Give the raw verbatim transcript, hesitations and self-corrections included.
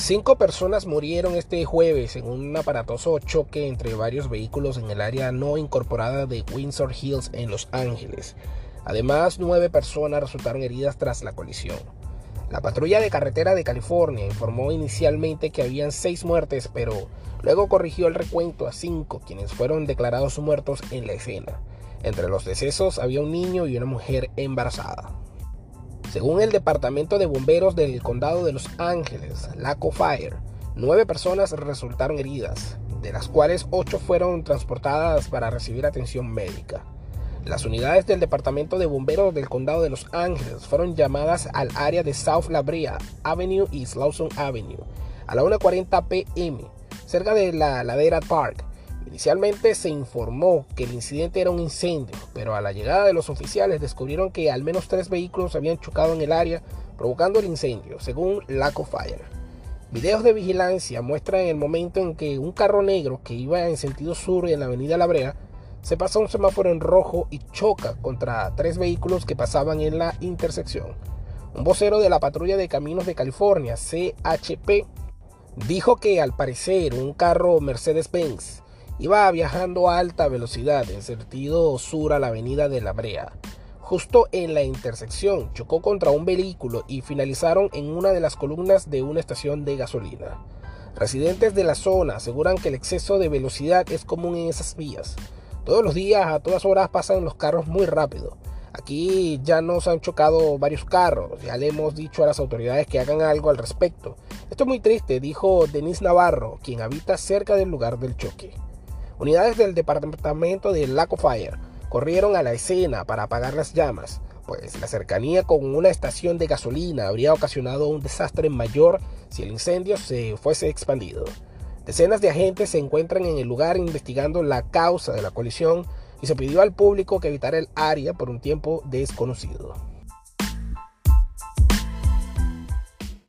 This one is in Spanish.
Cinco personas murieron este jueves en un aparatoso choque entre varios vehículos en el área no incorporada de Windsor Hills en Los Ángeles. Además, nueve personas resultaron heridas tras la colisión. La patrulla de carretera de California informó inicialmente que habían seis muertes, pero luego corrigió el recuento a cinco, quienes fueron declarados muertos en la escena. Entre los decesos había un niño y una mujer embarazada. Según el Departamento de Bomberos del Condado de Los Ángeles, Laco Fire, nueve personas resultaron heridas, de las cuales ocho fueron transportadas para recibir atención médica. Las unidades del Departamento de Bomberos del Condado de Los Ángeles fueron llamadas al área de South La Brea Avenue y Slauson Avenue a la una cuarenta pe eme, cerca de la ladera Park. Inicialmente se informó que el incidente era un incendio, pero a la llegada de los oficiales descubrieron que al menos tres vehículos habían chocado en el área, provocando el incendio, según Laco Fire. Videos de vigilancia muestran el momento en que un carro negro que iba en sentido sur en la avenida La Brea se pasa un semáforo en rojo y choca contra tres vehículos que pasaban en la intersección. Un vocero de la Patrulla de Caminos de California, C H P, dijo que al parecer un carro Mercedes-Benz iba viajando a alta velocidad en sentido sur a la avenida de La Brea. Justo en la intersección chocó contra un vehículo y finalizaron en una de las columnas de una estación de gasolina. Residentes de la zona aseguran que el exceso de velocidad es común en esas vías. Todos los días, a todas horas, pasan los carros muy rápido. Aquí ya nos han chocado varios carros. Ya le hemos dicho a las autoridades que hagan algo al respecto. Esto es muy triste, dijo Denise Navarro, quien habita cerca del lugar del choque. Unidades del departamento de Laco Fire corrieron a la escena para apagar las llamas, pues la cercanía con una estación de gasolina habría ocasionado un desastre mayor si el incendio se fuese expandido. Decenas de agentes se encuentran en el lugar investigando la causa de la colisión y se pidió al público que evitara el área por un tiempo desconocido.